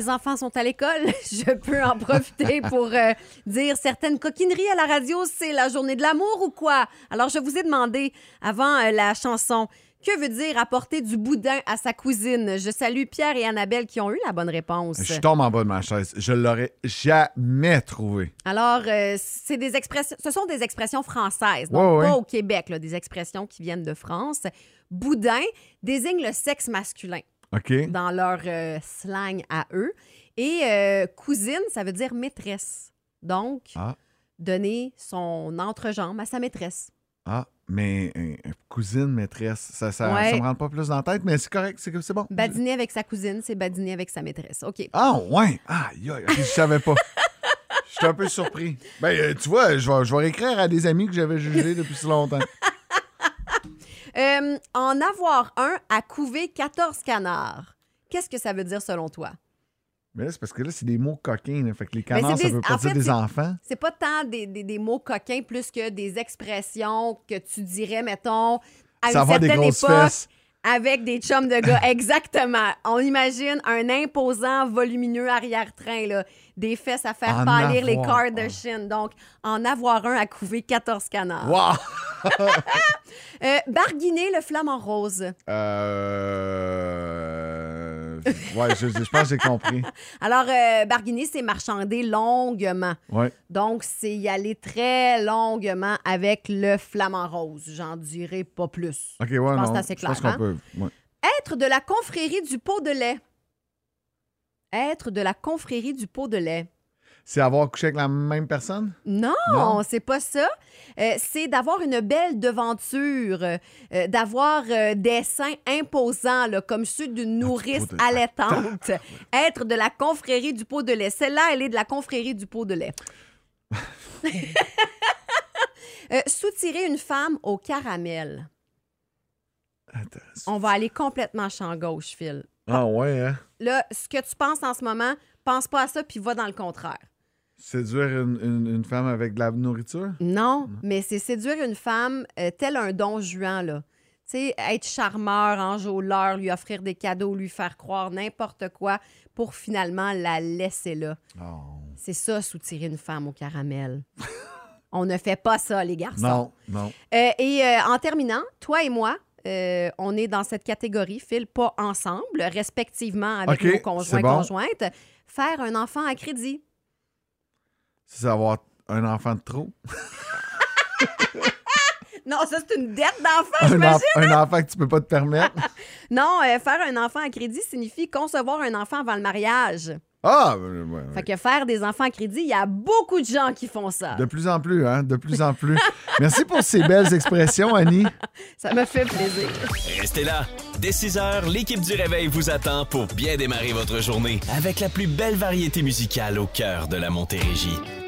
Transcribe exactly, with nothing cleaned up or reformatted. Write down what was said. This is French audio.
mes enfants sont à l'école, je peux en profiter pour euh, dire certaines coquineries à la radio. C'est la journée de l'amour ou quoi? Alors, je vous ai demandé, avant euh, la chanson, que veut dire apporter du boudin à sa cousine? Je salue Pierre et Annabelle qui ont eu la bonne réponse. Je tombe en bas de ma chaise. Je l'aurais jamais trouvé. Alors, euh, c'est des expressions, ce sont des expressions françaises, donc ouais, pas ouais. au Québec, là, des expressions qui viennent de France. Boudin désigne le sexe masculin OK. dans leur euh, slang à eux. Et euh, cousine, ça veut dire maîtresse. Donc, Ah. donner son entrejambe à sa maîtresse. Ah, mais euh, cousine, maîtresse, ça, ça, Ouais. ça me rentre pas plus dans la tête, mais c'est correct, c'est, c'est bon. Badiner avec sa cousine, c'est badiner avec sa maîtresse. OK. Ah, ouais. Ah, yo, je savais pas. Je suis un peu surpris. Ben, euh, tu vois, je vais, je vais réécrire à des amis que j'avais jugés depuis si longtemps. Euh, en avoir un à couver quatorze canards. Qu'est-ce que ça veut dire selon toi? Mais là, c'est parce que là, c'est des mots coquins. Là. Fait que les canards, c'est des- ça veut pas en dire fait, des c'est- enfants. C'est pas tant des, des, des mots coquins plus que des expressions que tu dirais, mettons, à Ça une va des certaine grosses époque, fesses. avec des chums de gars. Exactement. On imagine un imposant, volumineux arrière-train, là, des fesses à faire En pâlir les avoir Kardashians. Donc, en avoir un à couver quatorze canards. Wow! Euh, barguiner le flamant rose. Euh... Ouais, je, je pense que j'ai compris. Alors, euh, barguiner, c'est marchander longuement. Ouais. Donc, c'est y aller très longuement avec le flamant rose. J'en dirai pas plus. OK, ouais, pense non. que c'est assez Je pense clair, qu'on peut. Ouais. Être de la confrérie du pot de lait. Être de la confrérie du pot de lait. C'est avoir couché avec la même personne? Non, Non. c'est pas ça. Euh, c'est d'avoir une belle devanture, euh, d'avoir euh, des seins imposants, là, comme ceux d'une nourrice pot de- allaitante. Être de la confrérie du pot de lait. Celle-là, elle est de la confrérie du pot de lait. euh, soutirer une femme au caramel. Attends. On va aller complètement champ gauche, Phil. Ah ouais, hein? Là, ce que tu penses en ce moment, pense pas à ça puis va dans le contraire. Séduire une, une, une femme avec de la nourriture? Non, mais c'est séduire une femme euh, tel un don Juan, là. Tu sais, être charmeur, enjôleur, lui offrir des cadeaux, lui faire croire n'importe quoi pour finalement la laisser là. Oh. C'est ça, soutirer une femme au caramel. On ne fait pas ça, les garçons. Non, non. Euh, et euh, en terminant, toi et moi, euh, on est dans cette catégorie, Phil, pas ensemble, respectivement avec OK, nos conjoints c'est et bon. conjointes, faire un enfant à crédit. C'est avoir un enfant de trop. Non, ça, c'est une dette d'enfant, Un, j'imagine. enf- un enfant que tu peux pas te permettre. Non, euh, faire un enfant à crédit signifie concevoir un enfant avant le mariage. Ah! euh, ouais, ouais. Fait que faire des enfants à crédit, il y a beaucoup de gens qui font ça. De plus en plus, hein? De plus en plus. Merci pour ces belles expressions, Annie. Ça me fait plaisir. Restez là. Dès six heures, l'équipe du Réveil vous attend pour bien démarrer votre journée avec la plus belle variété musicale au cœur de la Montérégie.